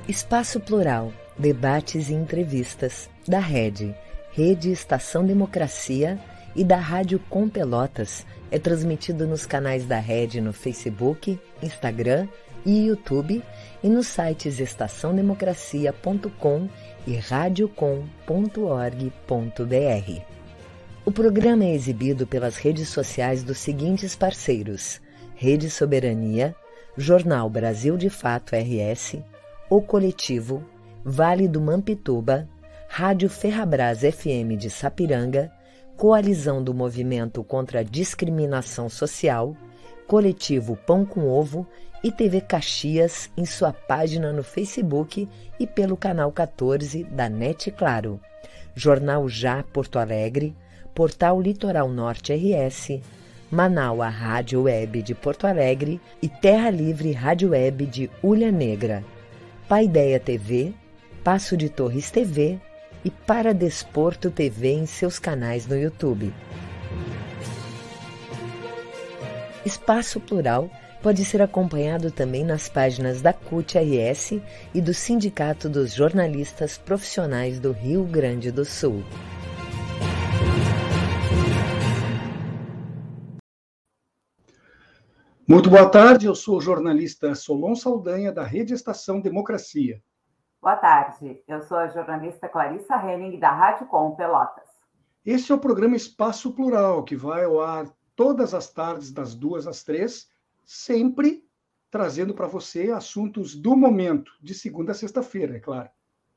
Espaço Plural, debates e entrevistas da Rede Estação Democracia e da Rádio Com Pelotas. É transmitido nos canais da Rede no Facebook, Instagram e YouTube e nos sites estaçãodemocracia.com e radiocom.org.br. O programa é exibido pelas redes sociais dos seguintes parceiros: Rede Soberania, Jornal Brasil de Fato RS, O Coletivo, Vale do Mampituba, Rádio Ferrabras FM de Sapiranga, Coalizão do Movimento contra a Discriminação Social, Coletivo Pão com Ovo e TV Caxias em sua página no Facebook e pelo canal 14 da NET Claro, Jornal Já Porto Alegre, Portal Litoral Norte RS, Manaua Rádio Web de Porto Alegre e Terra Livre Rádio Web de Ulha Negra, Paideia TV, Passo de Torres TV e Paradesporto TV em seus canais no YouTube. Espaço Plural pode ser acompanhado também nas páginas da CUT-RS e do Sindicato dos Jornalistas Profissionais do Rio Grande do Sul. Muito boa tarde, eu sou o jornalista Solon Saldanha, da Rede Estação Democracia. Boa tarde, eu sou a jornalista Clarissa Henning, da Rádio Com Pelotas. Este é o programa Espaço Plural, que vai ao ar todas as tardes, das 2 às 3, sempre trazendo para você assuntos do momento, de segunda a sexta-feira, é claro.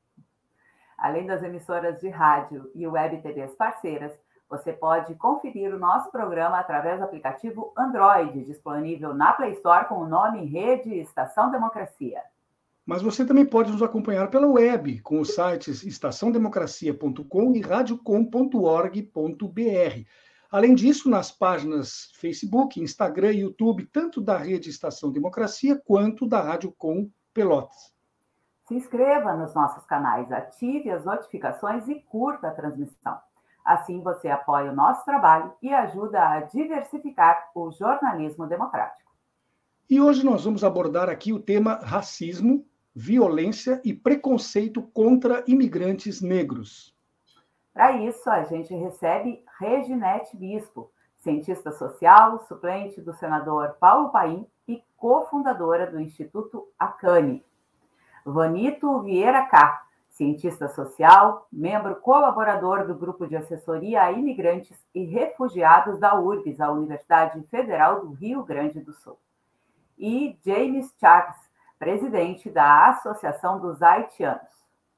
Além das emissoras de rádio e web TVs parceiras, você pode conferir o nosso programa através do aplicativo Android, disponível na Play Store com o nome Rede Estação Democracia. Mas você também pode nos acompanhar pela web, com os sites estaçãodemocracia.com e radiocom.org.br. Além disso, nas páginas Facebook, Instagram e YouTube, tanto da Rede Estação Democracia quanto da Rádio Com Pelotas. Se inscreva nos nossos canais, ative as notificações e curta a transmissão. Assim você apoia o nosso trabalho e ajuda a diversificar o jornalismo democrático. E hoje nós vamos abordar aqui o tema racismo, violência e preconceito contra imigrantes negros. Para isso, a gente recebe Reginete Bispo, cientista social, suplente do senador Paulo Paim e cofundadora do Instituto Acani. Vanito Vieira Cá, cientista social, membro colaborador do Grupo de Assessoria a Imigrantes e Refugiados da URGS, a Universidade Federal do Rio Grande do Sul. E James Charles, presidente da Associação dos Haitianos.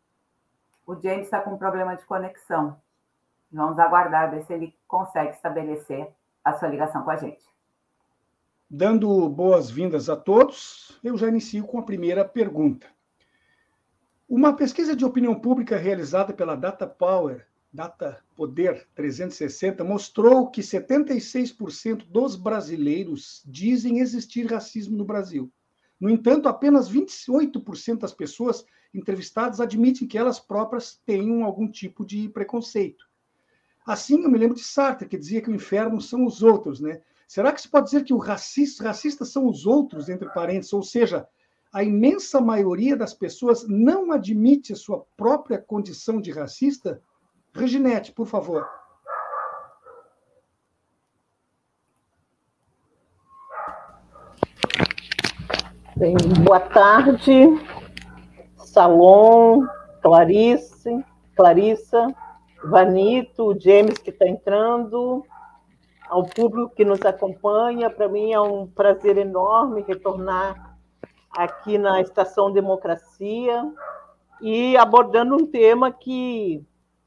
O James está com um problema de conexão. Vamos aguardar, ver se ele consegue estabelecer a sua ligação com a gente. Dando boas-vindas a todos, eu já inicio com a primeira pergunta. Uma pesquisa de opinião pública realizada pela Data Poder 360 mostrou que 76% dos brasileiros dizem existir racismo no Brasil. No entanto, apenas 28% das pessoas entrevistadas admitem que elas próprias tenham algum tipo de preconceito. Assim, eu me lembro de Sartre, que dizia que o inferno são os outros, né? Será que se pode dizer que os racistas são os outros, entre parênteses, ou seja, a imensa maioria das pessoas não admite a sua própria condição de racista? Reginete, por favor. Bem, boa tarde, Salom, Clarissa, Vanito, James que está entrando, ao público que nos acompanha. Para mim é um prazer enorme retornar aqui na Estação Democracia e abordando um tema que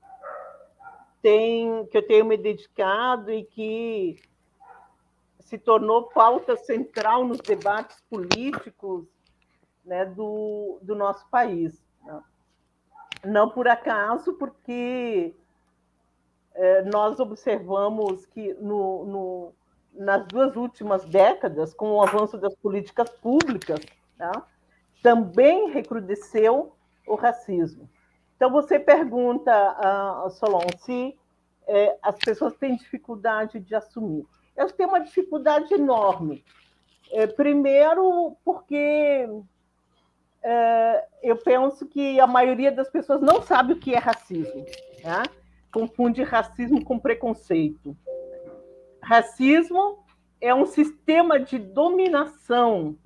eu tenho me dedicado e que se tornou pauta central nos debates políticos, né, do nosso país. Não por acaso, porque nós observamos que nas 2 últimas décadas, com o avanço das políticas públicas, tá, também recrudesceu o racismo. Então, você pergunta, Solon, se as pessoas têm dificuldade de assumir. Eu tenho uma dificuldade enorme. Primeiro, porque eu penso que a maioria das pessoas não sabe o que é racismo, né? Confunde racismo com preconceito. Racismo é um sistema de dominação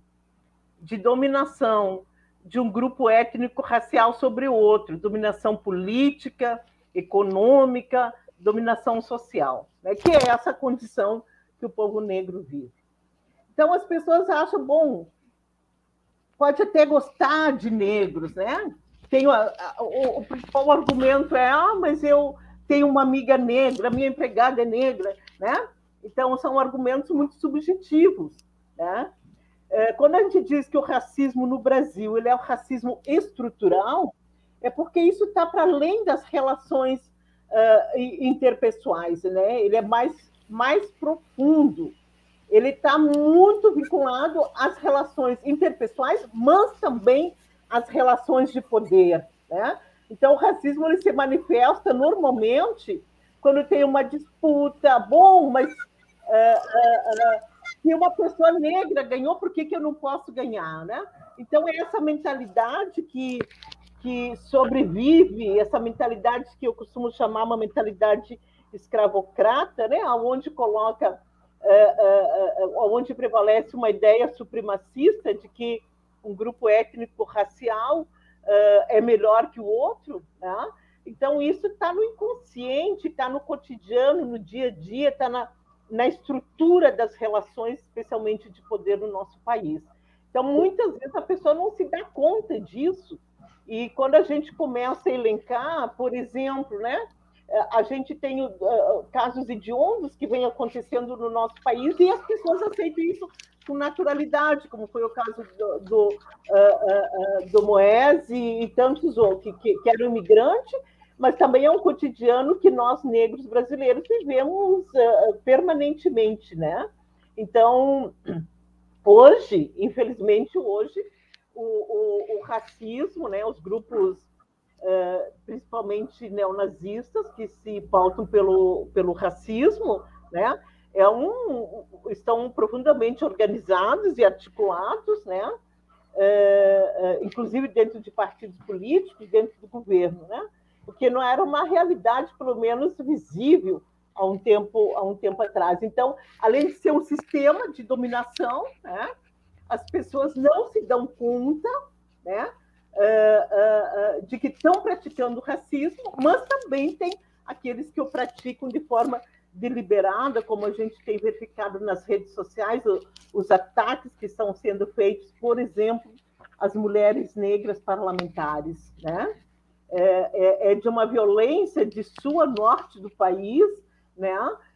de um grupo étnico racial sobre o outro, dominação política, econômica, dominação social, né? Que é essa condição que o povo negro vive. Então, as pessoas acham, bom, pode até gostar de negros, né? O principal argumento é, mas eu tenho uma amiga negra, minha empregada é negra, né? Então, são argumentos muito subjetivos, né? Quando a gente diz que o racismo no Brasil ele é o racismo estrutural, é porque isso está para além das relações interpessoais, né? Ele é mais profundo. Ele está muito vinculado às relações interpessoais, mas também às relações de poder, né? Então, o racismo ele se manifesta normalmente quando tem uma disputa, mas se uma pessoa negra ganhou, por que eu não posso ganhar, né? Então, é essa mentalidade que sobrevive, essa mentalidade que eu costumo chamar uma mentalidade escravocrata, né? Onde onde prevalece uma ideia supremacista de que um grupo étnico-racial é melhor que o outro, né? Então, isso está no inconsciente, está no cotidiano, no dia a dia, está na estrutura das relações, especialmente de poder no nosso país. Então, muitas vezes a pessoa não se dá conta disso. E quando a gente começa a elencar, por exemplo, né, a gente tem casos hediondos que vêm acontecendo no nosso país e as pessoas aceitam isso com naturalidade, como foi o caso do Moés e tantos outros que eram imigrantes, mas também é um cotidiano que nós, negros brasileiros, vivemos permanentemente, né? Então, hoje, infelizmente, o racismo, né, os grupos, principalmente neonazistas, que se pautam pelo racismo, né, estão profundamente organizados e articulados, né, inclusive dentro de partidos políticos, dentro do governo, né, porque não era uma realidade, pelo menos, visível há um tempo atrás. Então, além de ser um sistema de dominação, né, as pessoas não se dão conta, né, de que estão praticando racismo, mas também tem aqueles que o praticam de forma deliberada, como a gente tem verificado nas redes sociais, os ataques que estão sendo feitos, por exemplo, às mulheres negras parlamentares, né? É de uma violência de sul a norte do país, né?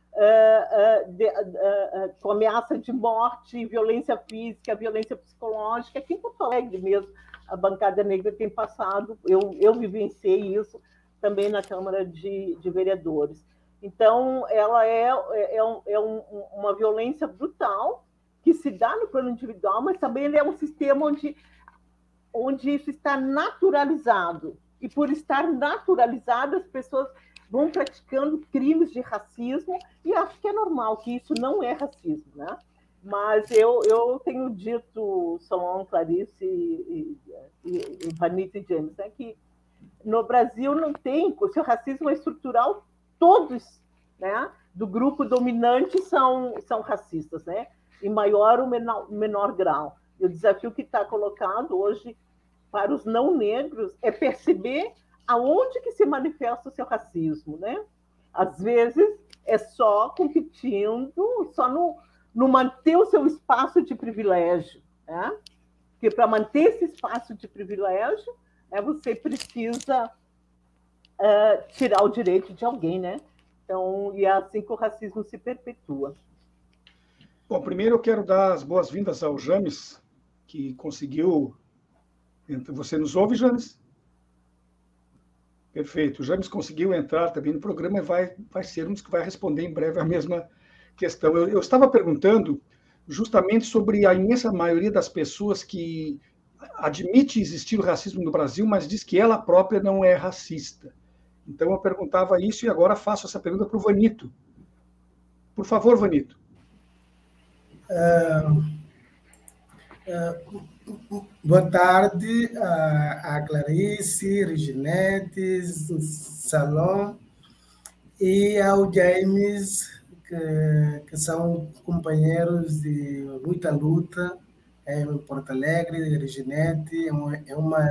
Com ameaça de morte, violência física, violência psicológica. Aqui em Porto Alegre mesmo, a bancada negra tem passado, eu vivenciei isso também na Câmara de Vereadores. Então, ela é uma violência brutal que se dá no plano individual, mas também ele é um sistema onde isso está naturalizado. E por estar naturalizado, as pessoas vão praticando crimes de racismo, e acho que é normal, que isso não é racismo, né? Mas eu tenho dito, Solon, Clarice e Vanita e James, né, que no Brasil não tem, se o racismo é estrutural, todos, né, do grupo dominante são racistas, né, em maior ou menor grau. E o desafio que está colocado hoje para os não negros é perceber aonde que se manifesta o seu racismo, né? Às vezes é só competindo, só no manter o seu espaço de privilégio, né? Porque para manter esse espaço de privilégio, você precisa tirar o direito de alguém, né? Então, e é assim que o racismo se perpetua. Bom, primeiro eu quero dar as boas-vindas ao James, que conseguiu... Você nos ouve, James? Perfeito. O James conseguiu entrar também no programa e vai ser um dos que vai responder em breve a mesma questão. Eu estava perguntando justamente sobre a imensa maioria das pessoas que admite existir o racismo no Brasil, mas diz que ela própria não é racista. Então, eu perguntava isso e agora faço essa pergunta para o Vanito. Por favor, Vanito. Boa tarde a Clarice, Reginete, Salom e ao James, que são companheiros de muita luta em Porto Alegre. Reginete é uma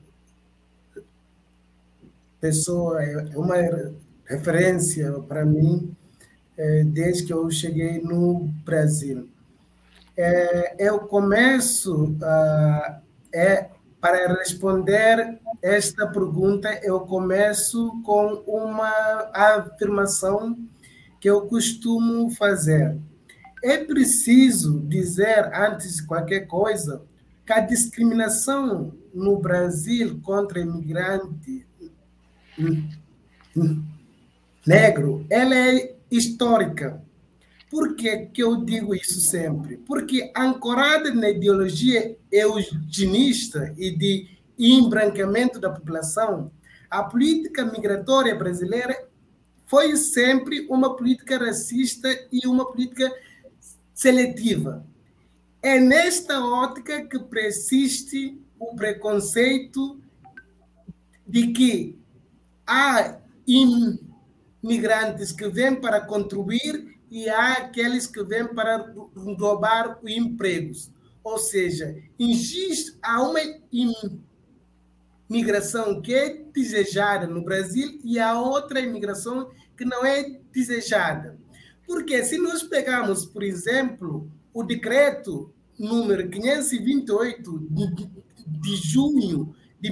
pessoa, é uma referência para mim desde que eu cheguei no Brasil. Eu começo, para responder esta pergunta, eu começo com uma afirmação que eu costumo fazer. É preciso dizer, antes de qualquer coisa, que a discriminação no Brasil contra imigrante negro, ela é histórica. Por que eu digo isso sempre? Porque ancorada na ideologia eugenista e de embranqueamento da população, a política migratória brasileira foi sempre uma política racista e uma política seletiva. É nesta ótica que persiste o preconceito de que há imigrantes que vêm para contribuir e há aqueles que vêm para roubar empregos. Ou seja, há uma imigração que é desejada no Brasil e há outra imigração que não é desejada. Porque se nós pegarmos, por exemplo, o decreto número 528 de junho de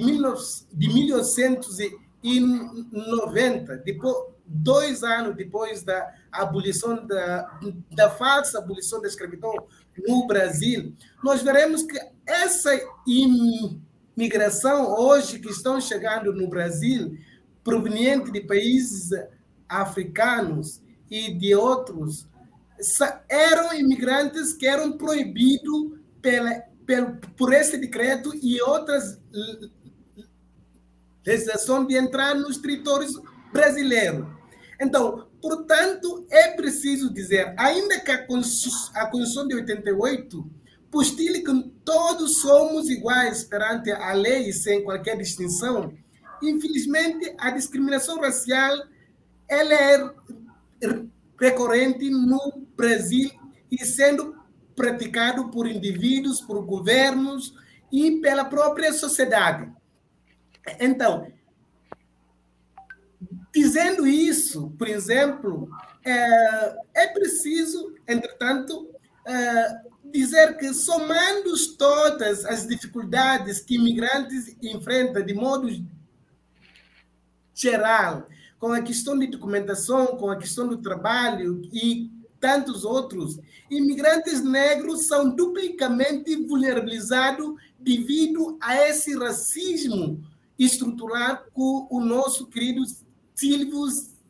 1890, depois, 2 anos depois da abolição da falsa abolição da escravidão no Brasil, nós veremos que essa imigração hoje que estão chegando no Brasil, proveniente de países africanos e de outros, eram imigrantes que eram proibidos por esse decreto e outras legislações de entrar nos territórios brasileiros. Então, portanto, é preciso dizer, ainda que a Constituição de 88 postule que todos somos iguais perante a lei sem qualquer distinção, infelizmente, a discriminação racial ela é recorrente no Brasil e sendo praticado por indivíduos, por governos e pela própria sociedade. Então, dizendo isso, por exemplo, é preciso, entretanto, dizer que somando todas as dificuldades que imigrantes enfrentam de modo geral, com a questão de documentação, com a questão do trabalho e tantos outros, imigrantes negros são duplicamente vulnerabilizados devido a esse racismo estrutural que o nosso querido Silvio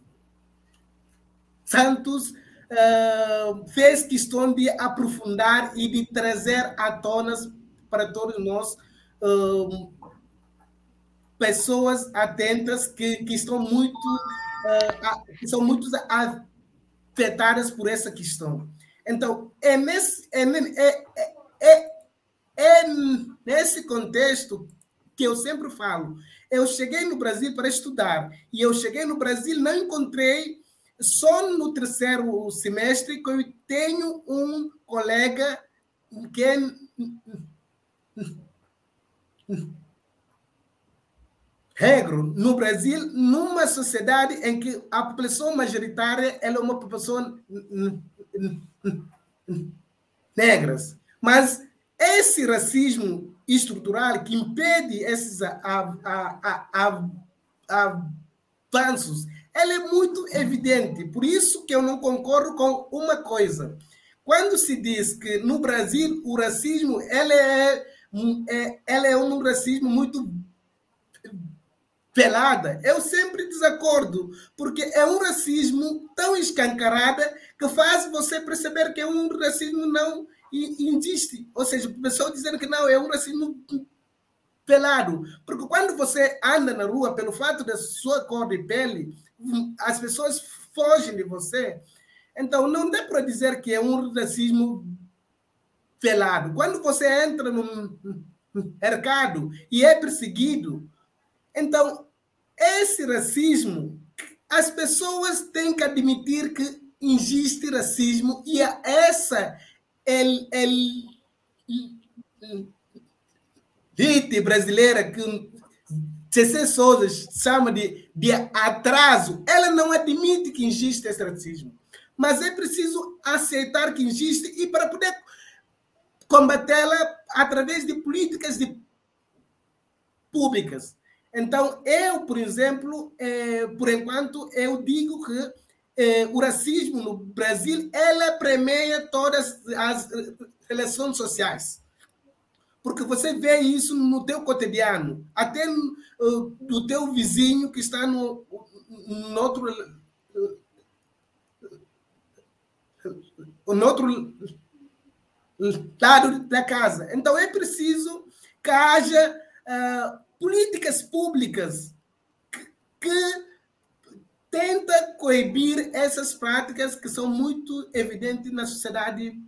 Santos fez questão de aprofundar e de trazer à tona para todos nós, pessoas atentas que são muito afetadas por essa questão. Então, é nesse contexto que eu sempre falo. Eu cheguei no Brasil para estudar e eu cheguei no Brasil, não encontrei, só no 3º semestre que eu tenho um colega que é negro no Brasil, numa sociedade em que a população majoritária ela é uma população negra. Mas esse racismo estrutural que impede esses avanços, ele é muito evidente. Por isso que eu não concordo com uma coisa. Quando se diz que no Brasil o racismo ele é um racismo muito velada, eu sempre desacordo, porque é um racismo tão escancarado que faz você perceber que é um racismo não existe. Ou seja, o pessoal dizendo que não, é um racismo velado. Porque quando você anda na rua, pelo fato da sua cor de pele, as pessoas fogem de você. Então, não dá para dizer que é um racismo velado. Quando você entra no mercado e é perseguido, então esse racismo, as pessoas têm que admitir que existe racismo e essa elite brasileira que C.C. Souza chama de atraso, ela não admite que existe esse racismo. Mas é preciso aceitar que existe e para poder combatê-la através de políticas públicas. Então, eu, por exemplo, por enquanto, eu digo que o racismo no Brasil, ela permeia todas as relações sociais. Porque você vê isso no teu cotidiano, até do teu vizinho que está no outro lado da casa. Então, é preciso que haja políticas públicas que tentam coibir essas práticas que são muito evidentes na sociedade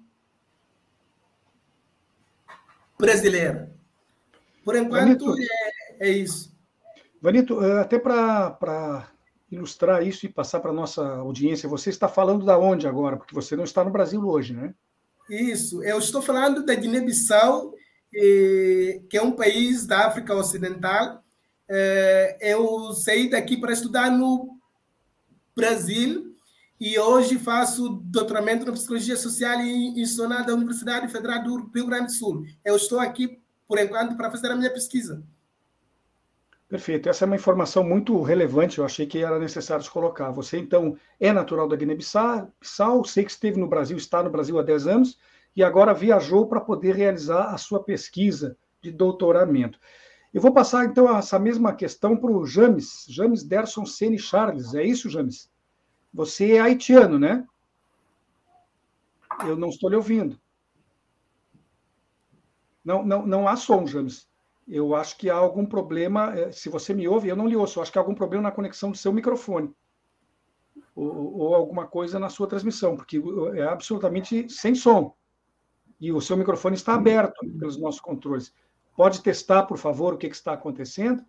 brasileira. Por enquanto, Vanito, é isso. Vanito, até para ilustrar isso e passar para a nossa audiência, você está falando da onde agora? Porque você não está no Brasil hoje, né? Isso, eu estou falando da Guiné-Bissau, que é um país da África Ocidental. Eu saí daqui para estudar no Brasil e hoje faço doutoramento na Psicologia Social e Institucional da Universidade Federal do Rio Grande do Sul. Eu estou aqui, por enquanto, para fazer a minha pesquisa. Perfeito. Essa é uma informação muito relevante, eu achei que era necessário se colocar. Você, então, é natural da Guiné-Bissau, sei que esteve no Brasil, está no Brasil há 10 anos, e agora viajou para poder realizar a sua pesquisa de doutoramento. Eu vou passar, então, essa mesma questão para o James Derson Sene Charles. É isso, James? Você é haitiano, né? Eu não estou lhe ouvindo. Não há som, James. Eu acho que há algum problema. Se você me ouve, eu não lhe ouço. Eu acho que há algum problema na conexão do seu microfone. Ou alguma coisa na sua transmissão, porque é absolutamente sem som. E o seu microfone está aberto pelos nossos controles. Pode testar, por favor, o que está acontecendo?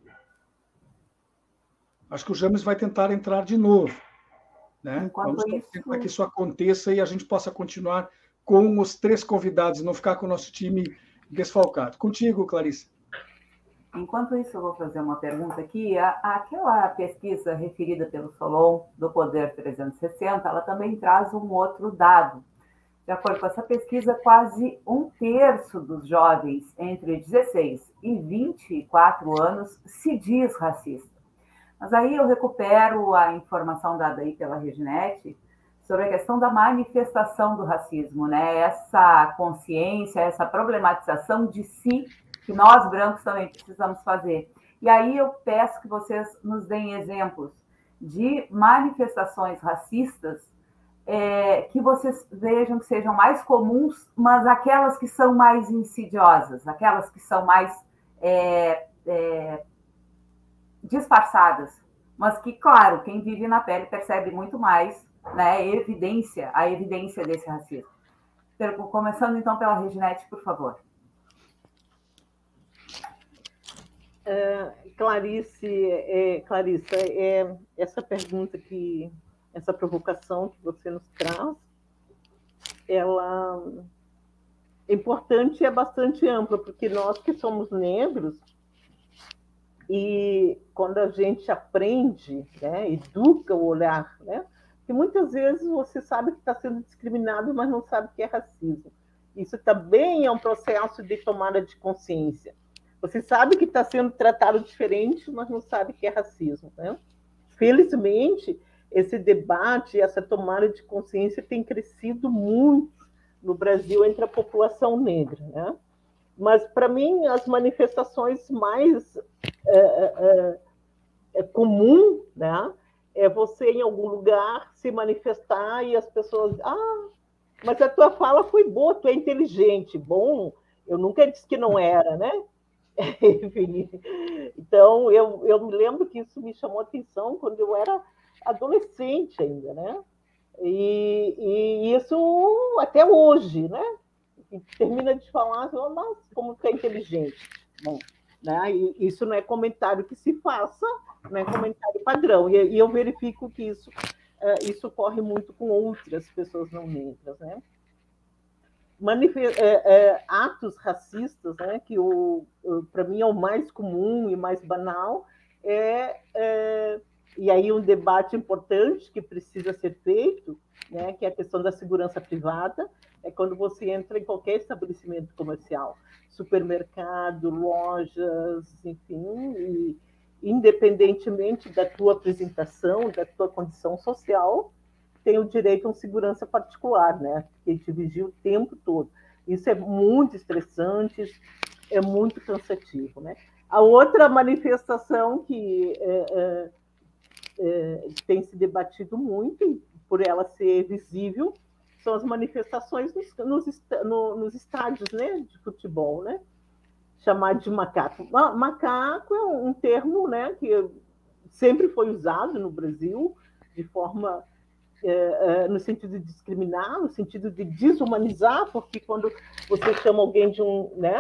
Acho que o James vai tentar entrar de novo. Né? Vamos tentar que isso aconteça e a gente possa continuar com os 3 convidados, não ficar com o nosso time desfalcado. Contigo, Clarice. Enquanto isso, eu vou fazer uma pergunta aqui. Aquela pesquisa referida pelo Solon, do Poder 360, ela também traz um outro dado. De acordo com essa pesquisa, quase 1/3 dos jovens entre 16 e 24 anos se diz racista. Mas aí eu recupero a informação dada aí pela Reginet sobre a questão da manifestação do racismo, né? Essa consciência, essa problematização de si que nós brancos também precisamos fazer. E aí eu peço que vocês nos deem exemplos de manifestações racistas que vocês vejam que sejam mais comuns, mas aquelas que são mais insidiosas, aquelas que são mais disfarçadas, mas que, claro, quem vive na pele percebe muito mais, né, a evidência desse racismo. Começando, então, pela Reginet, por favor. Clarissa, essa pergunta essa provocação que você nos traz, ela é importante e é bastante ampla, porque nós que somos negros, e quando a gente aprende, né, educa o olhar, né, que muitas vezes você sabe que está sendo discriminado, mas não sabe que é racismo. Isso também é um processo de tomada de consciência. Você sabe que está sendo tratado diferente, mas não sabe que é racismo, né? Felizmente, esse debate, essa tomada de consciência tem crescido muito no Brasil entre a população negra, né? Mas, para mim, as manifestações mais comum, né, é você, em algum lugar, se manifestar e as pessoas... mas a tua fala foi boa, tu é inteligente. Bom, eu nunca disse que não era, né? Então, eu me lembro que isso me chamou a atenção quando eu era adolescente ainda, né? E isso até hoje, né? e termina de falar, mas como que é inteligente? Bom, né? E isso não é comentário que se faça, não é comentário padrão. E eu verifico que isso ocorre muito com outras pessoas não negras, né? Atos racistas, né, que para mim é o mais comum e mais banal, e aí um debate importante que precisa ser feito, né, que é a questão da segurança privada, é quando você entra em qualquer estabelecimento comercial, supermercado, lojas, enfim, e independentemente da tua apresentação, da tua condição social, tem o direito a uma segurança particular, né? Que te vigia o tempo todo. Isso é muito estressante, é muito cansativo, né? A outra manifestação que tem se debatido muito, por ela ser visível, são as manifestações nos estádios, né, de futebol, né? Chamado de macaco. Macaco é um termo, né, que sempre foi usado no Brasil de forma no sentido de discriminar, no sentido de desumanizar, porque quando você chama alguém de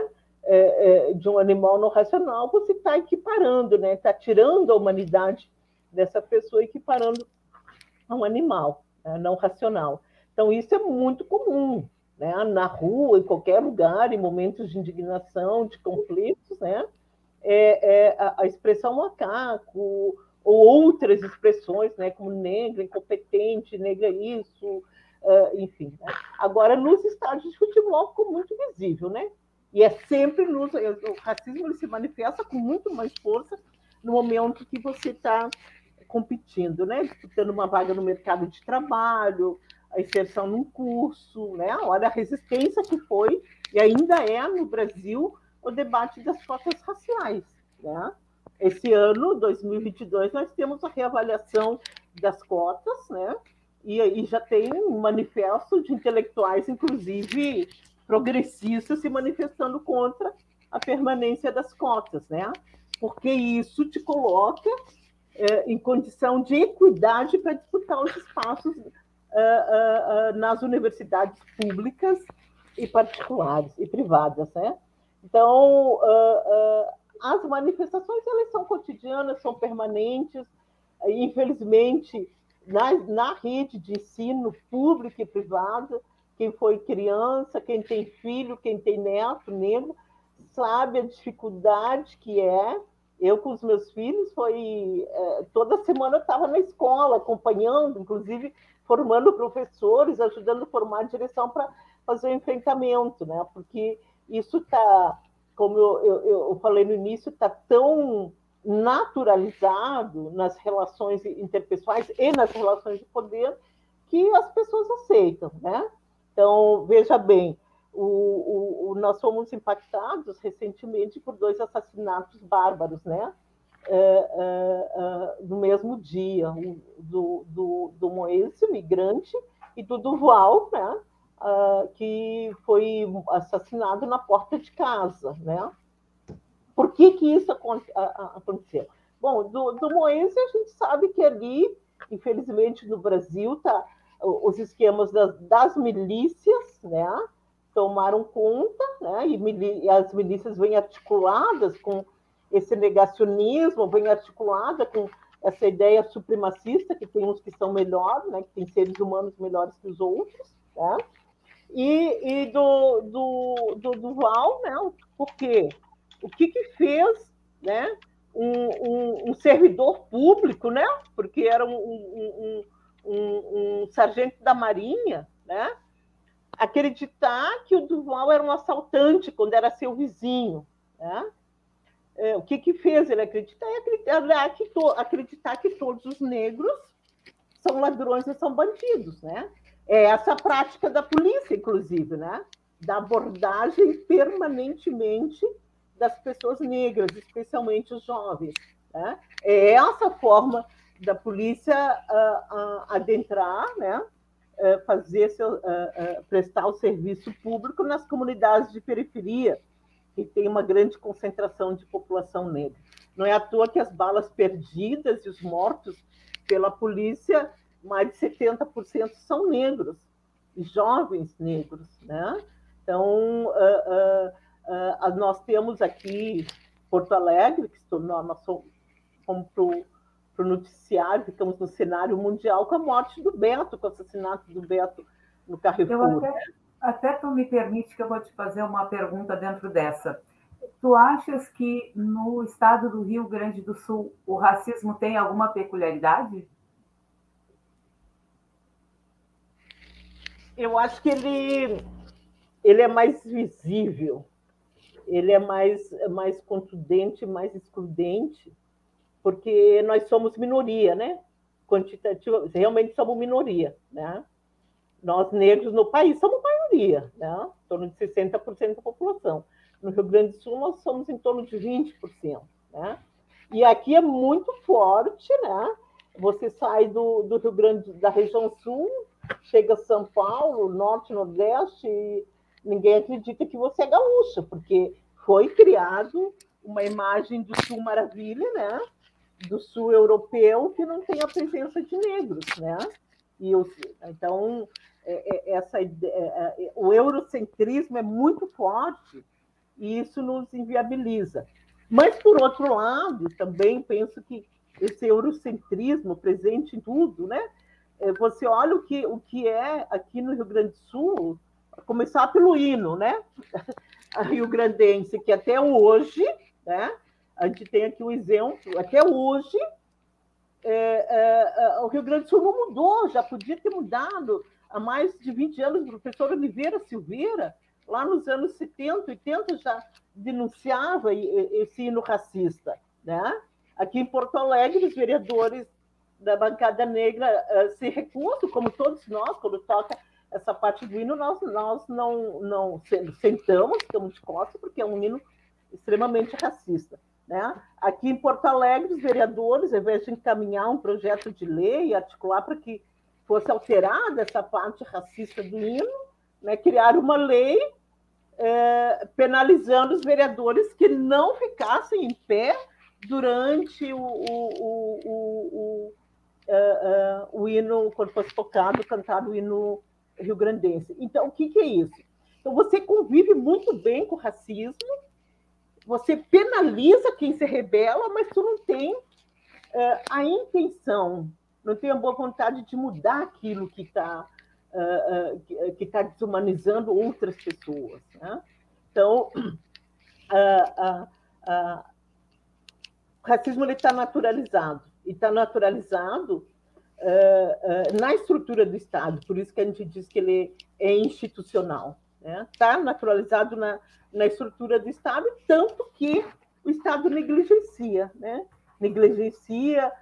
um animal não racional, você está equiparando, né? Está tirando a humanidade dessa pessoa, equiparando a um animal não racional. Então, isso é muito comum, né? Na rua, em qualquer lugar, em momentos de indignação, de conflitos, né? A expressão macaco, ou outras expressões, né, como negra, incompetente, negra isso, enfim. Né? Agora, nos estádios de futebol ficou muito visível, né? E é sempre o racismo ele se manifesta com muito mais força no momento que você está competindo, né? Disputando uma vaga no mercado de trabalho, a inserção num curso, né? Olha a resistência que foi, e ainda é no Brasil, o debate das cotas raciais, né? Esse ano, 2022, nós temos a reavaliação das cotas, né? E já tem um manifesto de intelectuais, inclusive progressistas, se manifestando contra a permanência das cotas, né? Porque isso te coloca em condição de equidade para disputar os espaços nas universidades públicas e particulares e privadas, né? Então, as manifestações elas são cotidianas, são permanentes. Infelizmente, na rede de ensino público e privado, quem foi criança, quem tem filho, quem tem neto negro, sabe a dificuldade que é. Eu, com os meus filhos, toda semana eu estava na escola, acompanhando, inclusive formando professores, ajudando a formar a direção para fazer o enfrentamento, né? Porque isso está, como eu falei no início, está tão naturalizado nas relações interpessoais e nas relações de poder que as pessoas aceitam, né? Então, veja bem, nós fomos impactados recentemente por 2 assassinatos bárbaros, né? No mesmo dia, do Moise, migrante, e do Duval, né? Que foi assassinado na porta de casa, né? Por que isso aconteceu? Bom, do Moise a gente sabe que ali, infelizmente, no Brasil, os esquemas das milícias, né? Tomaram conta, né? E as milícias vêm articuladas com esse negacionismo, vêm articulada com essa ideia supremacista, que tem uns que são melhores, né? Que tem seres humanos melhores que os outros, né? E do Duval, né? Por quê? O que fez, né? Um servidor público, né? Porque era um sargento da Marinha, né? Acreditar que o Duval era um assaltante quando era seu vizinho, né? O que fez ele acreditar? Acreditar que todos os negros são ladrões e são bandidos, né? É essa prática da polícia, inclusive, né? Da abordagem permanentemente das pessoas negras, especialmente os jovens, né? É essa forma da polícia adentrar, né? Prestar o serviço público nas comunidades de periferia, que tem uma grande concentração de população negra. Não é à toa que as balas perdidas e os mortos pela polícia, mais de 70% são negros, e jovens negros, né? Então, nós temos aqui Porto Alegre, que se tornou, nós fomos para o noticiário, ficamos no cenário mundial com a morte do Beto, com o assassinato do Beto no Carrefour. Até tu me permite que eu vou te fazer uma pergunta dentro dessa. Tu achas que no estado do Rio Grande do Sul o racismo tem alguma peculiaridade? Eu acho que ele é mais visível, ele é mais contundente, mais excludente, porque nós somos minoria, né? Realmente somos minoria, né? Nós, negros, no país, somos maioria, né? Em torno de 60% da população. No Rio Grande do Sul, nós somos em torno de 20%, né? E aqui é muito forte, né? Você sai do Rio Grande, da região sul, chega a São Paulo, norte, nordeste, e ninguém acredita que você é gaúcha, porque foi criado uma imagem do sul maravilha, né? Do sul europeu, que não tem a presença de negros, né? Então, o eurocentrismo é muito forte e isso nos inviabiliza. Mas, por outro lado, também penso que esse eurocentrismo presente em tudo, né? Você olha o que é aqui no Rio Grande do Sul, a começar pelo hino, né? A rio-grandense, que até hoje, né? A gente tem aqui um exemplo, até hoje, o Rio Grande do Sul não mudou, já podia ter mudado há mais de 20 anos. O professor Oliveira Silveira, lá nos anos 70, 80, já denunciava esse hino racista, né? Aqui em Porto Alegre, os vereadores da bancada negra se recusam, como todos nós, quando toca essa parte do hino, nós não sentamos, ficamos de costas, porque é um hino extremamente racista, né? Aqui em Porto Alegre, os vereadores, ao invés de encaminhar um projeto de lei e articular para que fosse alterada essa parte racista do hino, né, criaram uma lei penalizando os vereadores que não ficassem em pé durante o hino, quando fosse tocado, cantado o hino rio-grandense. Então, o que é isso? Então, você convive muito bem com o racismo, você penaliza quem se rebela, mas tu não tem a intenção, não tem a boa vontade de mudar aquilo que está desumanizando outras pessoas, né? Então, o racismo está naturalizado, e está naturalizado na estrutura do Estado, por isso que a gente diz que ele é institucional, né? Está naturalizado na estrutura do Estado, tanto que o Estado negligencia, né? Negligencia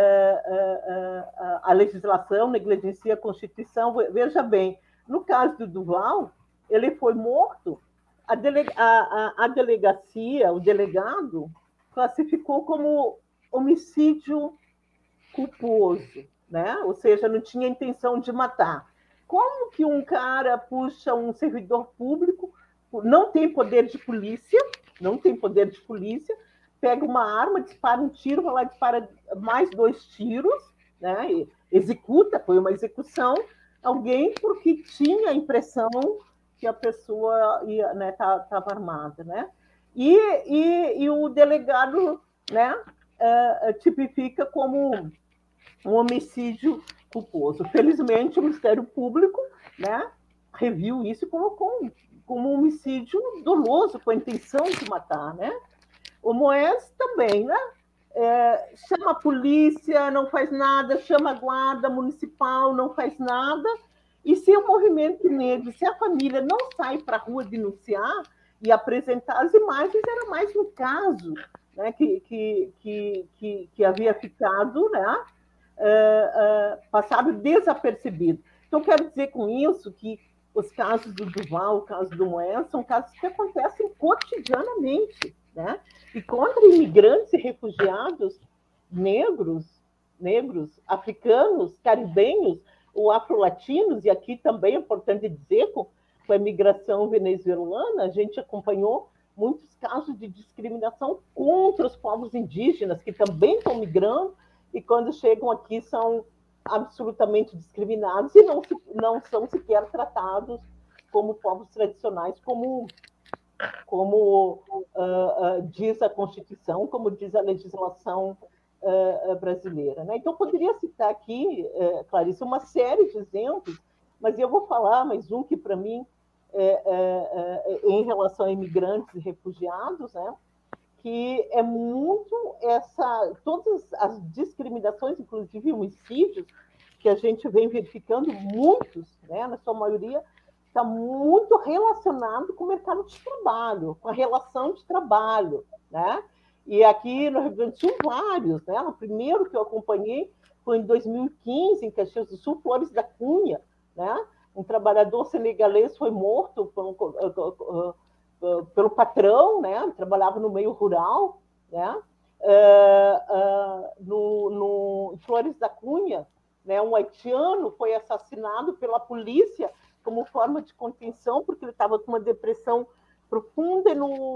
a legislação, negligencia a Constituição. Veja bem, no caso do Duval, ele foi morto, a delegacia, o delegado, classificou como homicídio culposo, né? Ou seja, não tinha intenção de matar. Como que um cara puxa um servidor público, não tem poder de polícia, pega uma arma, dispara um tiro, vai lá, dispara mais 2 tiros, né? E executa, foi uma execução, alguém porque tinha a impressão que a pessoa estava armada, né? E o delegado, né, tipifica como um homicídio culposo. Felizmente, o Ministério Público, né, reviu isso como um homicídio doloso, com a intenção de matar, né? O Moés também, né? Chama a polícia, não faz nada, chama a guarda municipal, não faz nada. E se o movimento negro, se a família não sai para a rua denunciar e apresentar as imagens, era mais um caso, né, que havia ficado, né, passado desapercebido. Então, quero dizer com isso que os casos do Duval, o caso do Moés, são casos que acontecem cotidianamente, né? E contra imigrantes e refugiados negros, africanos, caribenhos, ou afro-latinos, e aqui também é importante dizer, com a imigração venezuelana, a gente acompanhou muitos casos de discriminação contra os povos indígenas, que também estão migrando, e quando chegam aqui são absolutamente discriminados e não são sequer tratados como povos tradicionais, como diz a Constituição, como diz a legislação brasileira. Né? Então, poderia citar aqui, Clarice, uma série de exemplos, mas eu vou falar mais um que, para mim, em relação a imigrantes e refugiados, né? Que é muito todas as discriminações, inclusive homicídios, que a gente vem verificando, muitos, né, na sua maioria, está muito relacionado com o mercado de trabalho, com a relação de trabalho, né? E aqui no Rio Grande do Sul, vários, né? O primeiro que eu acompanhei foi em 2015, em Caxias do Sul, Flores da Cunha, né? Um trabalhador senegalês foi morto pelo patrão, né? Trabalhava no meio rural, né? Em Flores da Cunha, né? Um haitiano foi assassinado pela polícia como forma de contenção, porque ele estava com uma depressão profunda e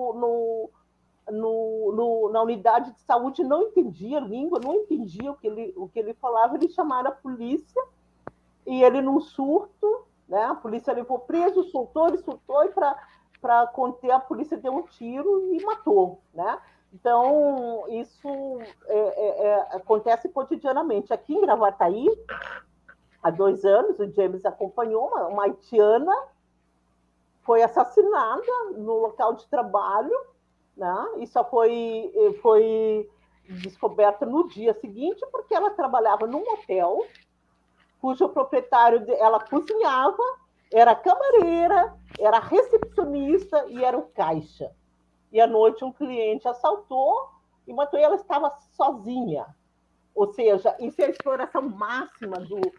na unidade de saúde não entendia a língua, não entendia o que ele falava, eles chamaram a polícia e ele, num surto, né? A polícia levou preso, soltou, ele soltou, e para conter, a polícia deu um tiro e matou, né? Então, isso acontece cotidianamente. Aqui em Gravataí, há 2 anos, o James acompanhou uma haitiana, foi assassinada no local de trabalho, né? E só foi descoberta no dia seguinte, porque ela trabalhava num hotel, cujo proprietário, ela cozinhava, era camareira, era recepcionista e era o caixa. E à noite um cliente assaltou e matou, e ela estava sozinha. Ou seja, isso é a exploração máxima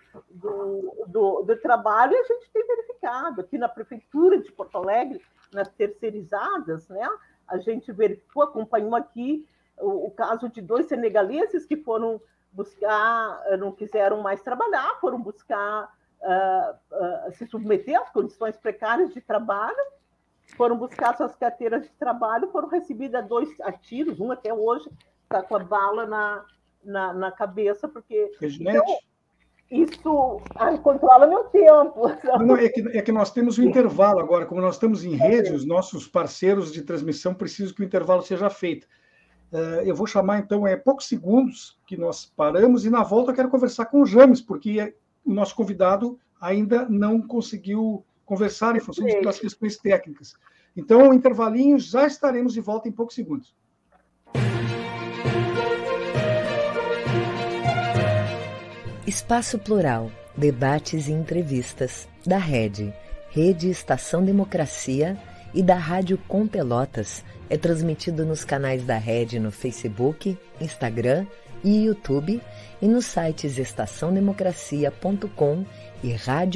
do trabalho, e a gente tem verificado aqui na Prefeitura de Porto Alegre, nas terceirizadas, né? A gente verificou, acompanhou aqui o caso de 2 senegaleses que foram buscar, não quiseram mais trabalhar, foram buscar se submeter às condições precárias de trabalho, foram buscar suas carteiras de trabalho, foram recebidas 2 tiros, um até hoje está com a bala na cabeça, porque... Reginete? Então, isso controla meu tempo. Não, é que nós temos um intervalo agora, como nós estamos em rede, os nossos parceiros de transmissão precisam que o intervalo seja feito. Eu vou chamar, então, poucos segundos que nós paramos, e na volta eu quero conversar com o James, porque o nosso convidado ainda não conseguiu conversar em função das questões técnicas. Então, um intervalinho, já estaremos de volta em poucos segundos. Espaço Plural, debates e entrevistas, da Rede Estação Democracia, e da Rádio Com Pelotas, é transmitido nos canais da Rede no Facebook, Instagram e YouTube, e nos sites estaçãodemocracia.com e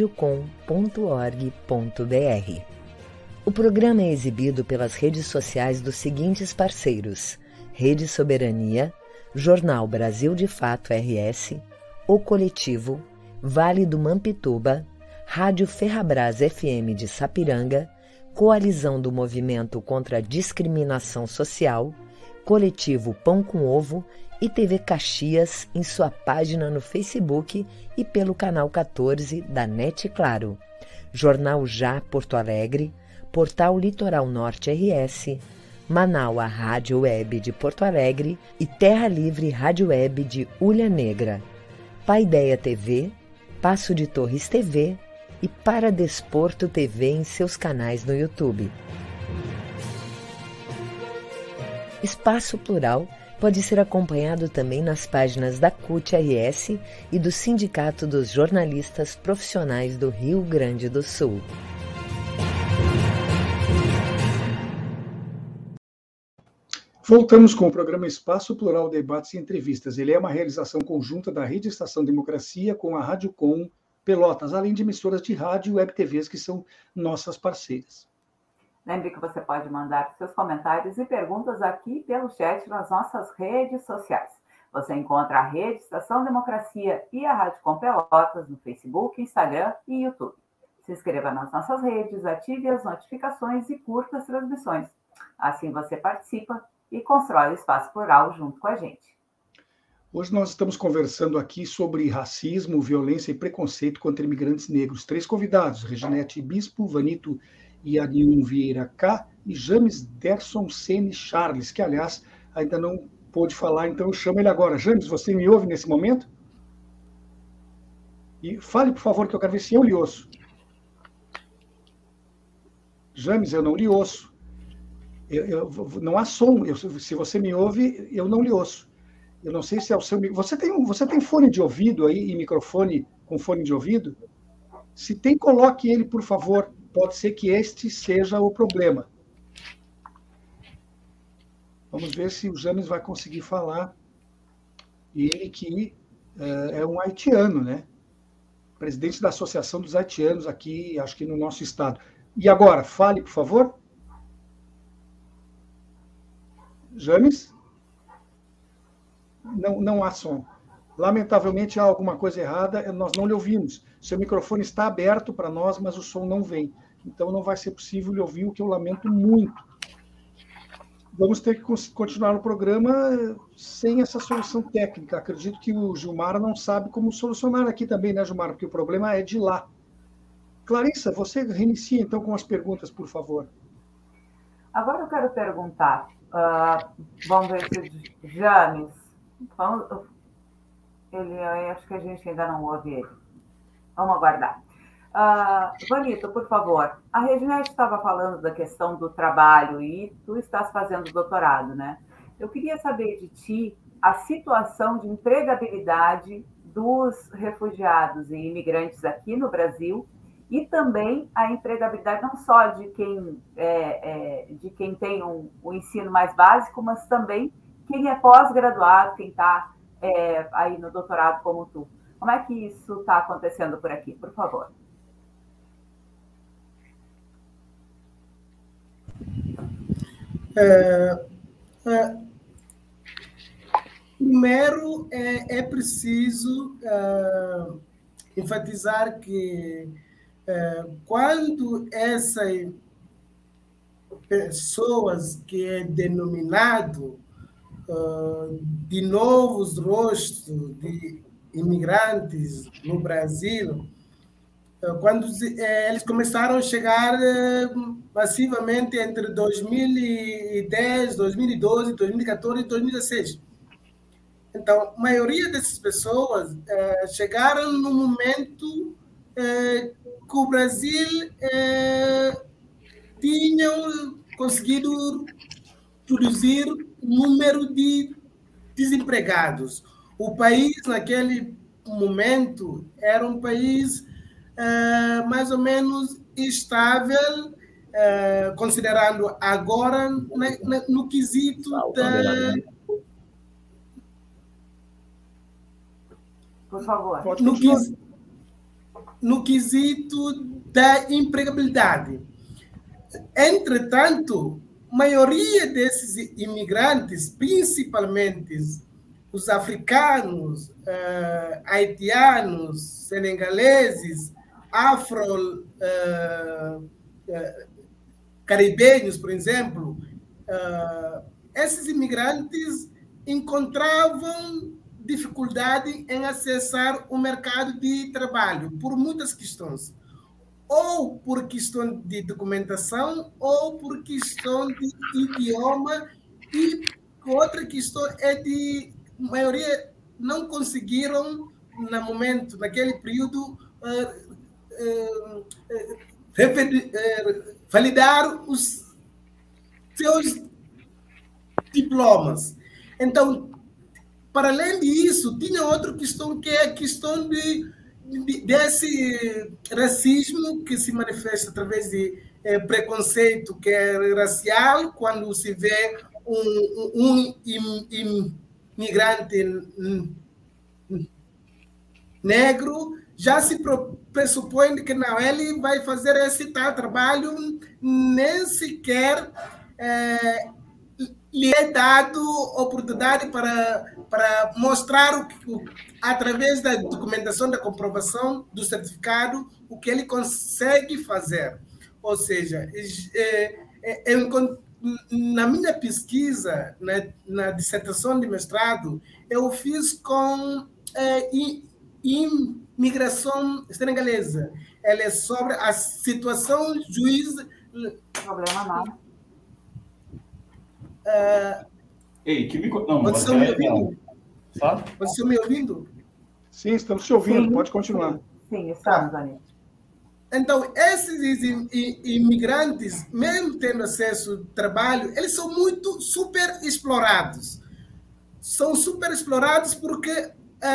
radiocom.org.br. O programa é exibido pelas redes sociais dos seguintes parceiros: Rede Soberania, Jornal Brasil de Fato RS, O Coletivo, Vale do Mampituba, Rádio Ferrabras FM de Sapiranga, Coalizão do Movimento contra a Discriminação Social, Coletivo Pão com Ovo e TV Caxias em sua página no Facebook e pelo canal 14 da NET Claro, Jornal Já Porto Alegre, Portal Litoral Norte RS, Manaua Rádio Web de Porto Alegre e Terra Livre Rádio Web de Ulha Negra, Paideia TV, Passo de Torres TV e Paradesporto TV em seus canais no YouTube. Espaço Plural pode ser acompanhado também nas páginas da CUT-RS e do Sindicato dos Jornalistas Profissionais do Rio Grande do Sul. Voltamos com o programa Espaço Plural, Debates e Entrevistas. Ele é uma realização conjunta da Rede Estação Democracia com a Rádio Com Pelotas, além de emissoras de rádio e web TVs que são nossas parceiras. Lembre que você pode mandar seus comentários e perguntas aqui pelo chat nas nossas redes sociais. Você encontra a Rede Estação Democracia e a Rádio Com Pelotas no Facebook, Instagram e YouTube. Se inscreva nas nossas redes, ative as notificações e curta as transmissões. Assim você participa e constrói o Espaço Plural junto com a gente. Hoje nós estamos conversando aqui sobre racismo, violência e preconceito contra imigrantes negros. 3 convidados, Reginete Bispo, Vanito Ianium Vieira K e James Derson Sene Charles, que, aliás, ainda não pôde falar, então eu chamo ele agora. James, você me ouve nesse momento? E fale, por favor, que eu quero ver se eu lhe ouço. James, eu não lhe ouço. Não há som. Se você me ouve, eu não lhe ouço. Eu não sei se é o seu... Você tem fone de ouvido aí e microfone com fone de ouvido? Se tem, coloque ele, por favor. Pode ser que este seja o problema. Vamos ver se o James vai conseguir falar. Ele que é um haitiano, né? Presidente da Associação dos Haitianos aqui, acho que no nosso estado. E agora, fale, por favor. James? Não há som. Lamentavelmente há alguma coisa errada, nós não lhe ouvimos. Seu microfone está aberto para nós, mas o som não vem. Então não vai ser possível lhe ouvir, o que eu lamento muito. Vamos ter que continuar o programa sem essa solução técnica. Acredito que o Gilmar não sabe como solucionar aqui também, né, Gilmar? Porque o problema é de lá. Clarissa, você reinicia então com as perguntas, por favor. Agora eu quero perguntar, vamos ver se James, acho que a gente ainda não ouve ele. Vamos aguardar. Vanito, por favor, a Reginete estava falando da questão do trabalho e tu estás fazendo doutorado, né? Eu queria saber de ti a situação de empregabilidade dos refugiados e imigrantes aqui no Brasil e também a empregabilidade não só de quem tem o ensino mais básico, mas também quem é pós-graduado, quem está aí no doutorado como tu. Como é que isso está acontecendo por aqui? Por favor. Primeiro, é preciso enfatizar que quando essas pessoas que é denominado de novos rostos de imigrantes no Brasil, quando eles começaram a chegar massivamente entre 2010, 2012, 2014 e 2016. Então, a maioria dessas pessoas chegaram no momento que o Brasil tinha conseguido reduzir o número de desempregados. O país, naquele momento, era um país mais ou menos estável, considerando agora no quesito da... Por favor. No quesito da empregabilidade. Entretanto, a maioria desses imigrantes, principalmente os africanos, haitianos, senegaleses, afro-caribenhos, por exemplo, esses imigrantes encontravam dificuldade em acessar o mercado de trabalho por muitas questões, ou por questão de documentação, ou por questão de idioma, e outra questão é de a maioria não conseguiram, naquele período, validar os seus diplomas. Então, para além disso, tinha outra questão, que é a questão desse racismo que se manifesta através de preconceito que é racial, quando se vê um imigrante negro, já se pressupõe que não, ele vai fazer esse tal trabalho, nem sequer lhe é dado oportunidade para mostrar, através da documentação, da comprovação do certificado, o que ele consegue fazer. Ou seja, na minha pesquisa, na dissertação de mestrado, eu fiz com imigração senegalesa. Ela é sobre a situação juiz... Problema não. Ei, que micro... Não, Vocês estão me ouvindo? Sabe? Vocês estão me ouvindo? Sim, estamos te ouvindo. Sim. Pode continuar. Sim, estamos, Anita. Então, esses imigrantes, mesmo tendo acesso ao trabalho, eles são muito super explorados. São super explorados porque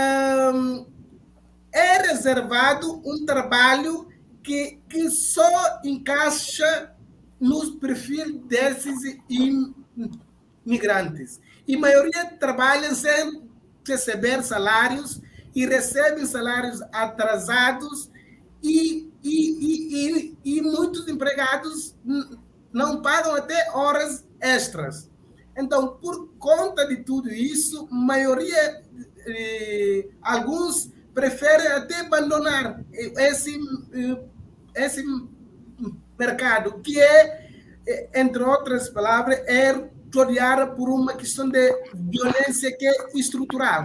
é reservado um trabalho que só encaixa no perfil desses imigrantes. E a maioria trabalha sem receber salários e recebem salários atrasados e muitos empregados não pagam até horas extras. Então, por conta de tudo isso, a maioria, alguns preferem até abandonar esse mercado, que entre outras palavras, é rodeado por uma questão de violência que é estrutural.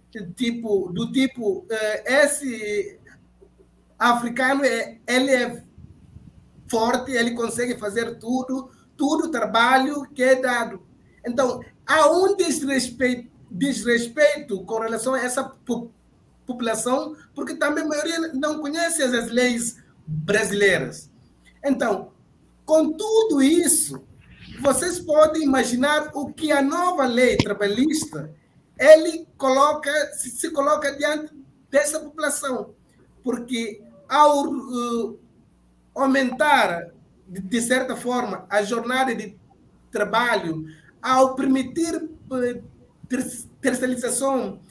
Esse africano, ele é forte, ele consegue fazer tudo trabalho que é dado. Então, há um desrespeito com relação a essa população, porque também a maioria não conhece as leis brasileiras. Então, com tudo isso, vocês podem imaginar o que a nova lei trabalhista ele se coloca diante dessa população, porque ao aumentar, de certa forma, a jornada de trabalho, ao permitir terceirização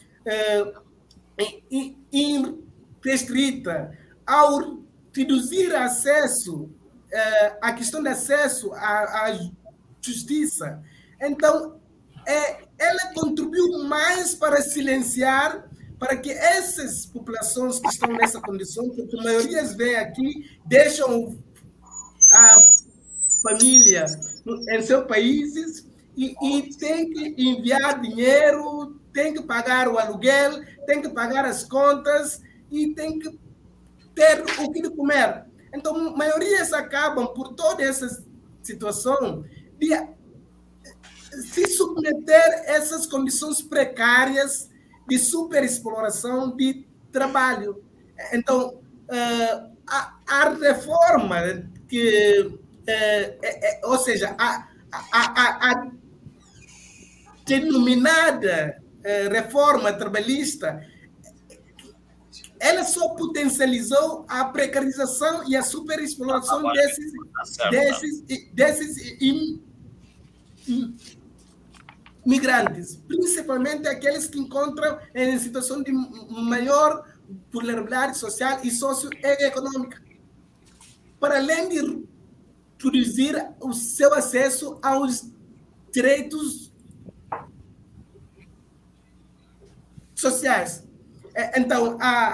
restrita, ao reduzir acesso, a questão de acesso à justiça, então ela contribuiu mais para silenciar, para que essas populações que estão nessa condição, porque a maioria vem aqui, deixam a família em seus países e tem que enviar dinheiro, tem que pagar o aluguel, tem que pagar as contas e tem que ter o que comer. Então, a maioria acabam, por toda essa situação, de se submeter a essas condições precárias de superexploração de trabalho. Então, a reforma, ou seja, a denominada reforma trabalhista, ela só potencializou a precarização e a superexploração desses migrantes, principalmente aqueles que encontram em situação de maior vulnerabilidade social e socioeconômica, para além de reduzir o seu acesso aos direitos sociais. Então,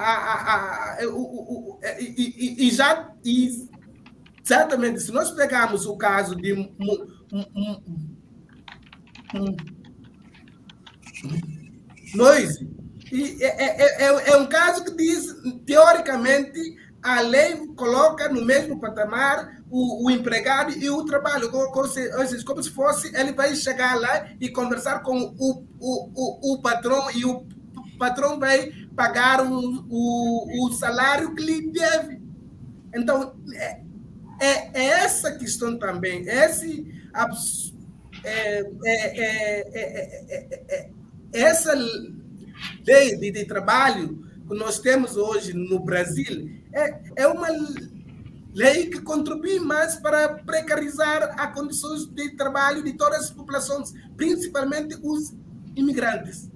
exatamente, se nós pegarmos o caso de Noise, é um caso que diz, teoricamente, a lei coloca no mesmo patamar o empregado e o trabalho, como se fosse, ele vai chegar lá e conversar com o patrão, e o patrão vai pagar o salário que lhe deve. Então, essa questão também, essa lei de trabalho que nós temos hoje no Brasil é uma lei que contribui mais para precarizar as condições de trabalho de todas as populações, principalmente os imigrantes.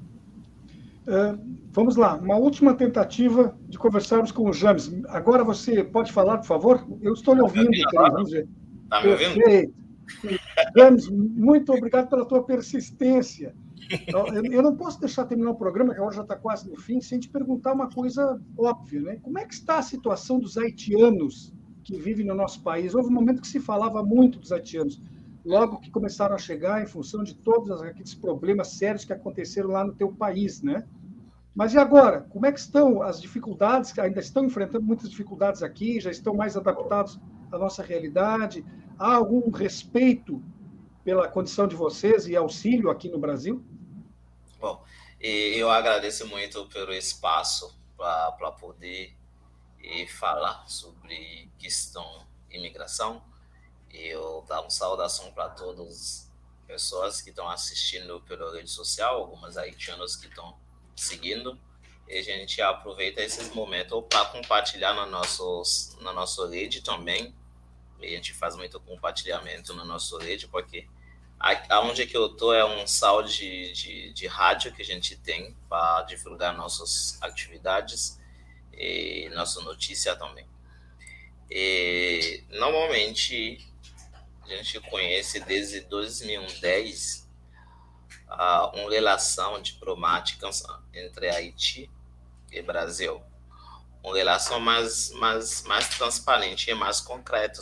Vamos lá, uma última tentativa de conversarmos com o James. Agora você pode falar, por favor? Eu estou lhe ouvindo. Está me ouvindo? Perfeito. James, muito obrigado pela tua persistência. Eu não posso deixar terminar o programa, que agora já está quase no fim, sem te perguntar uma coisa óbvia, né? Como é que está a situação dos haitianos que vivem no nosso país? Houve um momento que se falava muito dos haitianos. logo que começaram a chegar em função de todos aqueles problemas sérios que aconteceram lá no teu país, né? Mas e agora? Como é que estão as dificuldades? Ainda estão enfrentando muitas dificuldades aqui? Já estão mais adaptados à nossa realidade? Há algum respeito pela condição de vocês e auxílio aqui no Brasil? Bom, eu agradeço muito pelo espaço para poder falar sobre questão imigração. Eu dou uma saudação para todas as pessoas que estão assistindo pela rede social, algumas haitianos que estão seguindo, e a gente aproveita esses momentos para compartilhar na nossa rede também. E a gente faz muito compartilhamento na nossa rede, porque aonde que eu estou é um sal de rádio que a gente tem para divulgar nossas atividades e nossa notícia também. E, normalmente, a gente conhece desde 2010 uma relação diplomática entre Haiti e Brasil. Uma relação mais transparente e mais concreta.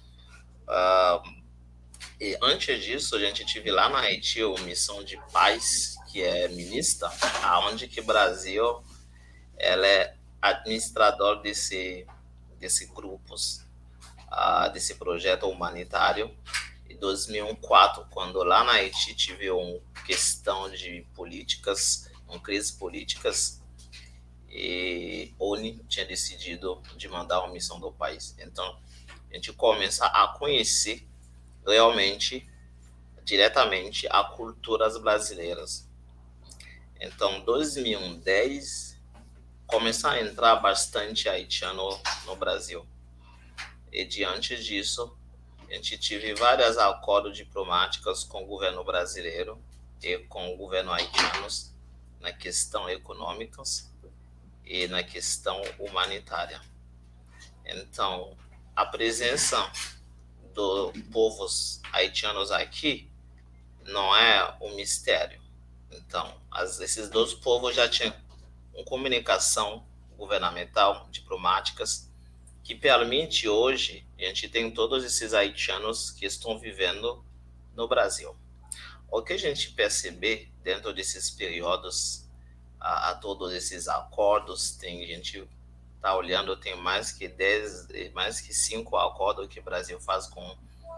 E antes disso, a gente tive lá na Haiti uma missão de paz, que é mista, onde que o Brasil ela é administrador desse grupos, desse projeto humanitário. Em 2004, quando lá na Haiti tive uma questão de políticas, uma crise políticas, e a ONU tinha decidido de mandar uma missão do país. Então, a gente começa a conhecer realmente, diretamente, as culturas brasileiras. Então, em 2010, começou a entrar bastante haitiano no Brasil. E diante disso, a gente teve vários acordos diplomáticos com o governo brasileiro e com o governo haitiano na questão econômica e na questão humanitária. Então, a presença dos povos haitianos aqui não é um mistério. Então, esses dois povos já tinham uma comunicação governamental, diplomáticas, que permite hoje, a gente tem todos esses haitianos que estão vivendo no Brasil. O que a gente percebe dentro desses períodos, a todos esses acordos, a gente está olhando, tem mais que 5 acordos que o Brasil faz com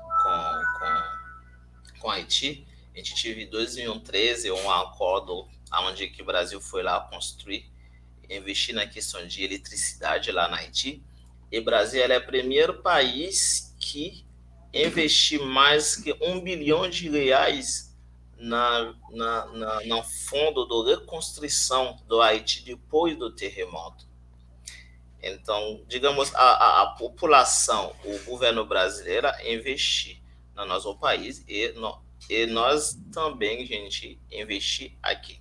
Haiti. A gente teve em 2013 um acordo onde que o Brasil foi lá construir, investir na questão de eletricidade lá na Haiti. E o Brasil é o primeiro país que investiu mais que R$1 bilhão no fundo de reconstrução do Haiti depois do terremoto. Então, digamos, a população, o governo brasileiro investir no nosso país e nós também, gente, investir aqui.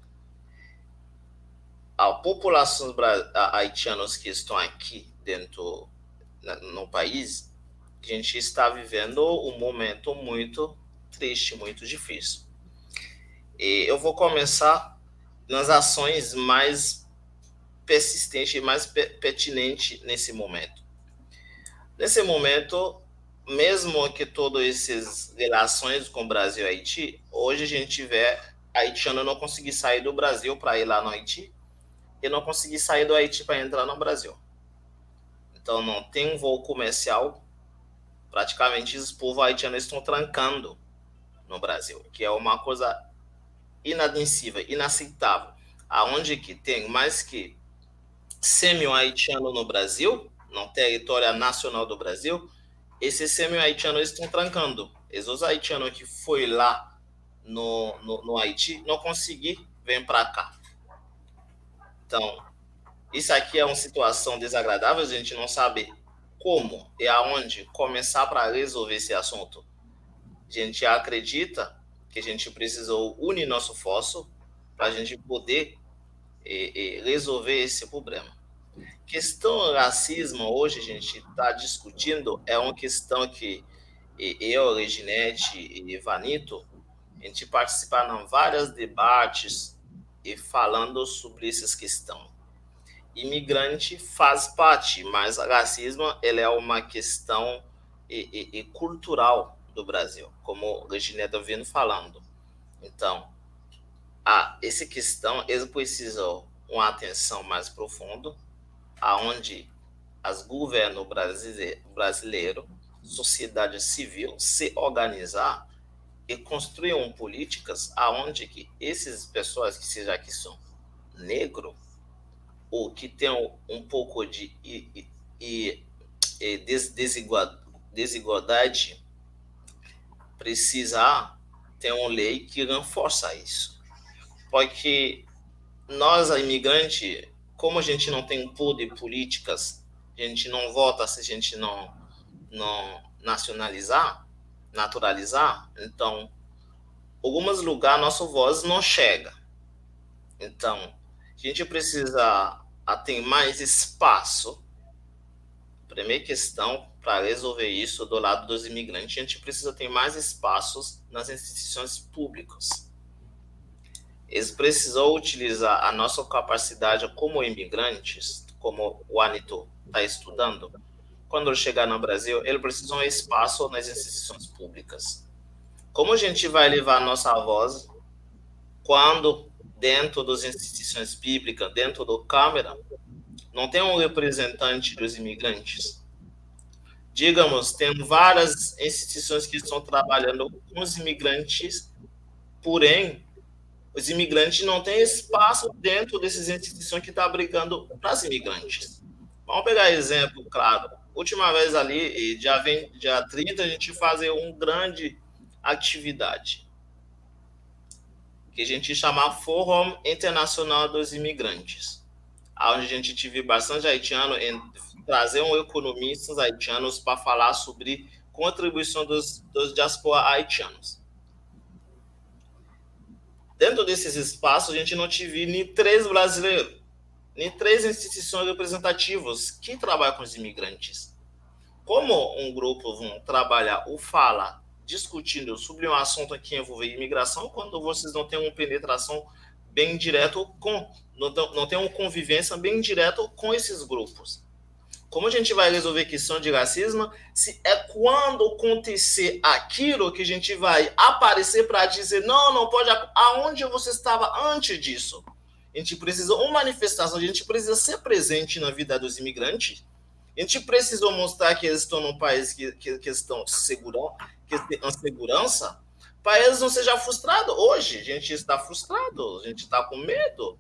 A população haitianos que estão aqui dentro no país, a gente está vivendo um momento muito triste, muito difícil. E eu vou começar nas ações mais persistentes e mais pertinentes nesse momento. Nesse momento, mesmo que todas essas relações com o Brasil e Haiti, hoje a gente vê haitiano não conseguir sair do Brasil para ir lá no Haiti e não conseguir sair do Haiti para entrar no Brasil. Então, não tem um voo comercial. Praticamente, os povos haitianos estão trancando no Brasil, que é uma coisa inadmissível, inaceitável. Aonde que tem mais que 100 mil haitianos no Brasil, no território nacional do Brasil, esses 100 mil haitianos estão trancando. Esses haitianos que foi lá no Haiti não conseguiram vir para cá. Então, isso aqui é uma situação desagradável, a gente não sabe como e aonde começar para resolver esse assunto. A gente acredita que a gente precisou unir nosso esforço para a gente poder resolver esse problema. Questão do racismo, hoje a gente está discutindo, é uma questão que eu, Reginete e Vanito, a gente participa em vários debates e falando sobre essas questões. Imigrante faz parte, mas racismo ele é uma questão cultural do Brasil, como o Regina está vindo falando. Então, essa questão, eles precisam uma atenção mais profunda, aonde as governo brasileiro, sociedade civil, se organizar e construir políticas aonde que essas pessoas que são negros ou que têm um pouco de desigualdade, precisa ter uma lei que reforça isso. Porque nós, imigrantes, como a gente não tem poder de políticas, a gente não vota se a gente não naturalizar, então, em alguns lugares, nossa voz não chega. Então, a gente precisa ter mais espaço. Primeira questão, para resolver isso do lado dos imigrantes, a gente precisa ter mais espaços nas instituições públicas. Eles precisam utilizar a nossa capacidade como imigrantes, como o Anito está estudando. Quando chegar no Brasil, eles precisam de espaço nas instituições públicas. Como a gente vai levar a nossa voz quando dentro das instituições públicas, dentro da Câmara, não tem um representante dos imigrantes? Digamos, tem várias instituições que estão trabalhando com os imigrantes, porém, os imigrantes não têm espaço dentro dessas instituições que estão brigando para os imigrantes. Vamos pegar exemplo, claro. Última vez ali, dia 30, a gente fazia uma grande atividade, que a gente chama Fórum Internacional dos Imigrantes, onde a gente teve bastante haitiano trazer economistas haitianos para falar sobre contribuição dos diáspora haitianos. Dentro desses espaços, a gente não teve nem 3 brasileiros, nem 3 instituições representativas que trabalham com os imigrantes. Como um grupo vão trabalhar ou falar, discutindo sobre um assunto que envolve imigração, quando vocês não têm uma penetração bem direta não tem uma convivência bem direta com esses grupos. Como a gente vai resolver a questão de racismo? Se é quando acontecer aquilo que a gente vai aparecer para dizer não pode, aonde você estava antes disso? A gente precisa uma manifestação, a gente precisa ser presente na vida dos imigrantes. A gente precisa mostrar que eles estão num país que estão em segurança, para eles não sejam frustrados. Hoje, a gente está frustrado, a gente está com medo.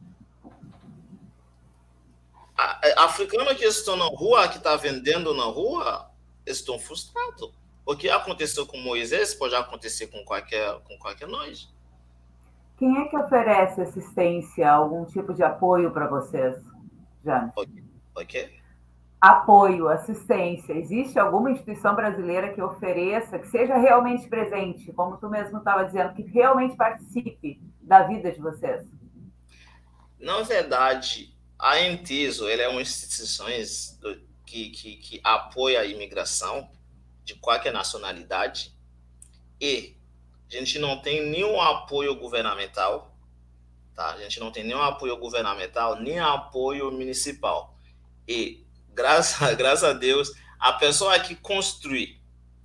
Africanos que estão na rua, que estão vendendo na rua, estão frustrados. O que aconteceu com Moisés pode acontecer com qualquer nós. Quem é que oferece assistência, algum tipo de apoio para vocês, Jane? Ok. Apoio, assistência. Existe alguma instituição brasileira que ofereça, que seja realmente presente, como tu mesmo estava dizendo, que realmente participe da vida de vocês? Na verdade, a Enteso, ela é uma instituição que apoia a imigração de qualquer nacionalidade e a gente não tem nenhum apoio governamental, tá? A gente não tem nenhum apoio governamental, nem apoio municipal. E, graças a Deus, a pessoa que construi,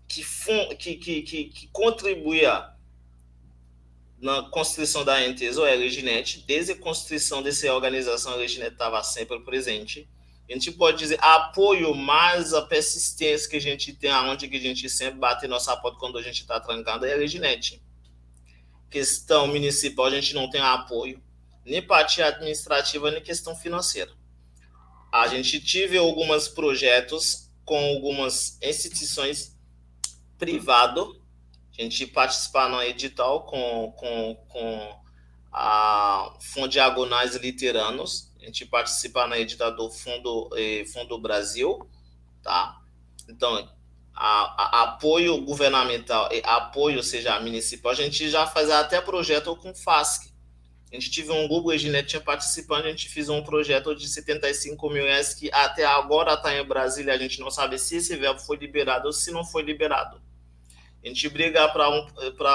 que contribuía na construção da Enteso é a Reginete. Desde a construção dessa organização, a Reginete estava sempre presente. A gente pode dizer apoio mais a persistência que a gente tem, aonde que a gente sempre bate nossa porta quando a gente está trancando, é a Reginete. Questão municipal, a gente não tem apoio, nem parte administrativa, nem questão financeira. A gente tive alguns projetos com algumas instituições privadas. A gente participa no edital com a Fundo Diagonais Literanos. A gente participa no edital do Fundo Brasil, tá? Então, apoio governamental e apoio, seja municipal, a gente já faz até projeto com FASC. A gente teve um grupo, a Ginete participando, a gente fez um projeto de 75 mil reais que até agora está em Brasília, a gente não sabe se esse verbo foi liberado ou se não foi liberado. A gente briga para um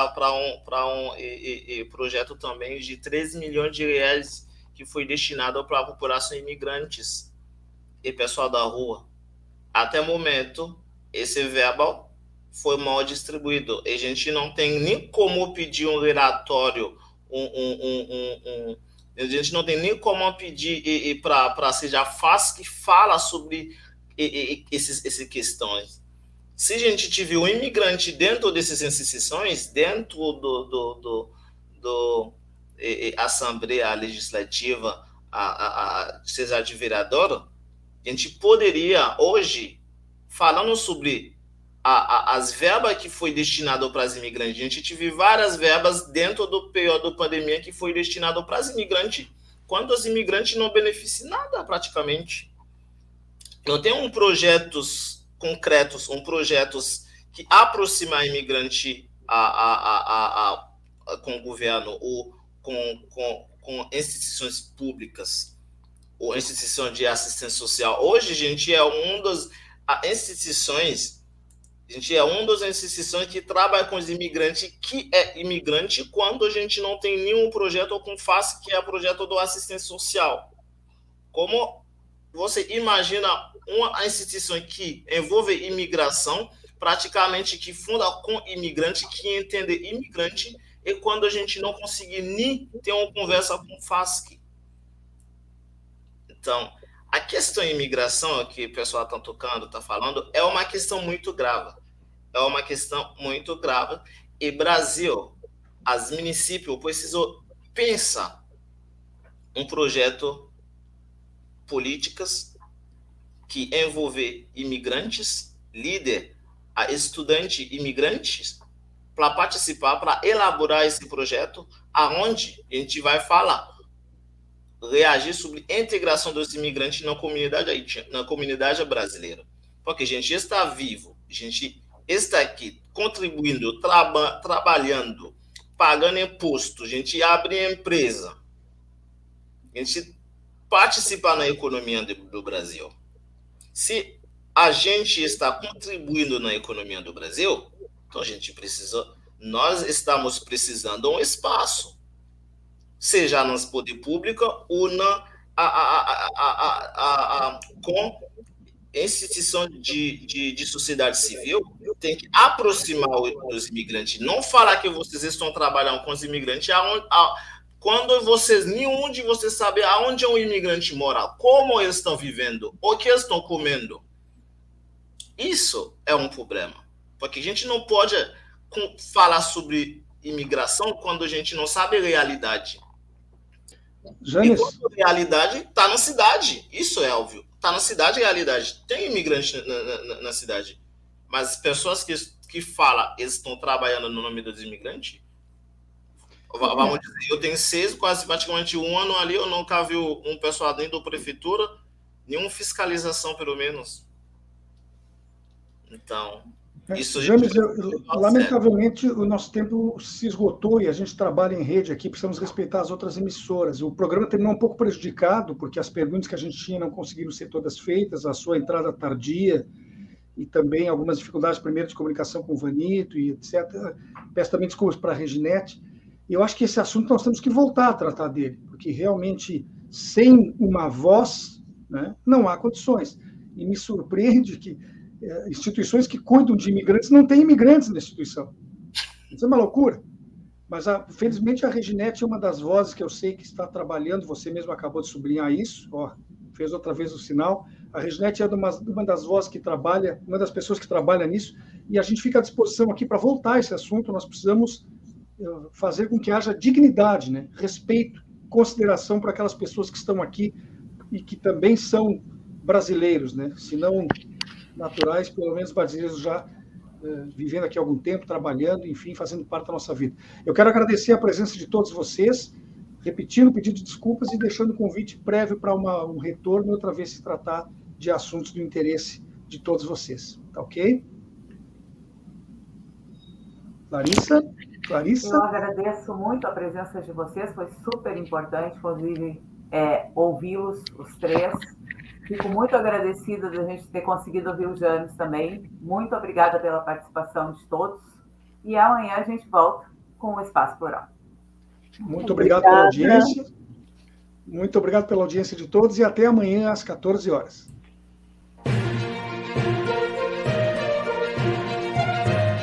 projeto também de 13 milhões de reais que foi destinado para a população imigrantes e pessoal da rua. Até o momento, esse verbo foi mal distribuído. E a gente não tem nem como pedir um relatório, a gente não tem nem como pedir para seja a FAS que fala sobre essas questões. Se a gente tiver um imigrante dentro dessas instituições, dentro do Assembleia Legislativa, seja de vereador, a gente poderia, hoje, falando sobre as verbas que foi destinado para os imigrantes, a gente teve várias verbas dentro do período da pandemia que foi destinado para os imigrantes, quando os imigrantes não beneficiam nada, praticamente. Não tem projetos concretos, projetos que aproximam o imigrante com o governo ou com instituições públicas ou instituição de assistência social. Hoje, a gente é das instituições que trabalha com os imigrantes, que é imigrante, quando a gente não tem nenhum projeto com FAS, que é o projeto do assistência social. Como você imagina uma instituição que envolve imigração, praticamente que funda com imigrante, que entende imigrante, e quando a gente não conseguir nem ter uma conversa com FASC. Então, a questão de imigração que o pessoal está tocando, está falando, é uma questão muito grave. É uma questão muito grave. E Brasil, os municípios precisam pensar um projeto políticas que envolver imigrantes, líder, a estudantes imigrantes, para participar, para elaborar esse projeto, aonde a gente vai falar, reagir sobre a integração dos imigrantes na comunidade haitiana, na comunidade brasileira. Porque a gente está vivo, a gente está aqui contribuindo, trabalhando, pagando imposto, a gente abre empresa, a gente participa na economia do Brasil. Se a gente está contribuindo na economia do Brasil, então nós estamos precisando de um espaço, seja no poder público ou com instituição de sociedade civil, tem que aproximar os imigrantes. Não falar que vocês estão trabalhando com os imigrantes quando nenhum de vocês sabe aonde um imigrante mora, como eles estão vivendo, o que eles estão comendo. Isso é um problema, porque a gente não pode falar sobre imigração quando a gente não sabe a realidade. Janis, a realidade está na cidade, isso é óbvio. Está na cidade a realidade. Tem imigrante na cidade, mas as pessoas que falam eles estão trabalhando no nome dos imigrantes, vamos dizer, eu tenho 6, quase praticamente 1 ano ali, eu nunca vi um pessoal dentro da prefeitura, nenhuma fiscalização, pelo menos. Então, isso... James, lamentavelmente, o nosso tempo se esgotou e a gente trabalha em rede aqui, precisamos respeitar as outras emissoras. O programa terminou um pouco prejudicado, porque as perguntas que a gente tinha não conseguiram ser todas feitas, a sua entrada tardia e também algumas dificuldades, primeiro, de comunicação com o Vanito e etc. Peço também desculpas para a Reginete. Eu acho que esse assunto nós temos que voltar a tratar dele, porque realmente, sem uma voz, né, não há condições. E me surpreende que instituições que cuidam de imigrantes não têm imigrantes na instituição. Isso é uma loucura. Mas, felizmente, a Reginete é uma das vozes que eu sei que está trabalhando, você mesmo acabou de sublinhar isso, fez outra vez o sinal. A Reginete é uma das vozes que trabalha, uma das pessoas que trabalha nisso, e a gente fica à disposição aqui para voltar a esse assunto. Nós precisamos fazer com que haja dignidade, né? Respeito, consideração para aquelas pessoas que estão aqui e que também são brasileiros, né? Se não naturais, pelo menos brasileiros já vivendo aqui há algum tempo, trabalhando, enfim, fazendo parte da nossa vida. Eu quero agradecer a presença de todos vocês, repetindo o pedido de desculpas e deixando o convite prévio para um retorno, outra vez se tratar de assuntos do interesse de todos vocês. Tá ok? Larissa? Eu agradeço muito a presença de vocês, foi super importante, inclusive, ouvi-los, os três. Fico muito agradecida de a gente ter conseguido ouvir o Janis também. Muito obrigada pela participação de todos. E amanhã a gente volta com o Espaço Plural. Muito obrigado pela audiência. Muito obrigado pela audiência de todos e até amanhã às 14 horas.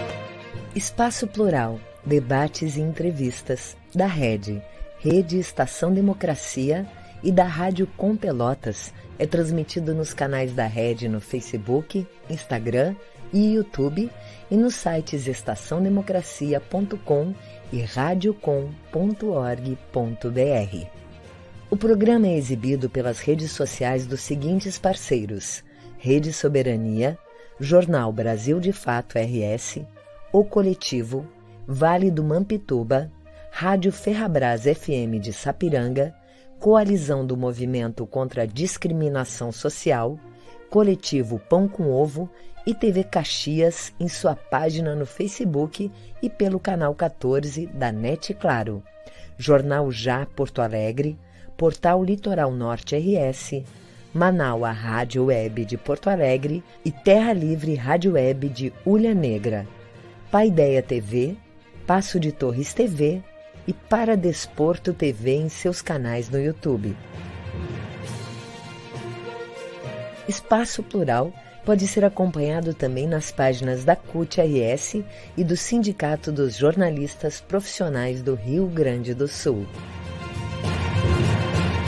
Espaço Plural, debates e entrevistas da Rede Estação Democracia e da Rádio Com Pelotas é transmitido nos canais da Rede no Facebook, Instagram e YouTube e nos sites estaçãodemocracia.com e radiocom.org.br. O programa é exibido pelas redes sociais dos seguintes parceiros: Rede Soberania, Jornal Brasil de Fato RS, O Coletivo, Vale do Mampituba, Rádio Ferrabras FM de Sapiranga, Coalizão do Movimento contra a Discriminação Social, Coletivo Pão com Ovo e TV Caxias em sua página no Facebook e pelo canal 14 da NET Claro, Jornal Já Porto Alegre, Portal Litoral Norte RS, Manaua Rádio Web de Porto Alegre e Terra Livre Rádio Web de Ulha Negra, Paideia TV, Passo de Torres TV e Paradesporto TV em seus canais no YouTube. Espaço Plural pode ser acompanhado também nas páginas da CUT-RS e do Sindicato dos Jornalistas Profissionais do Rio Grande do Sul.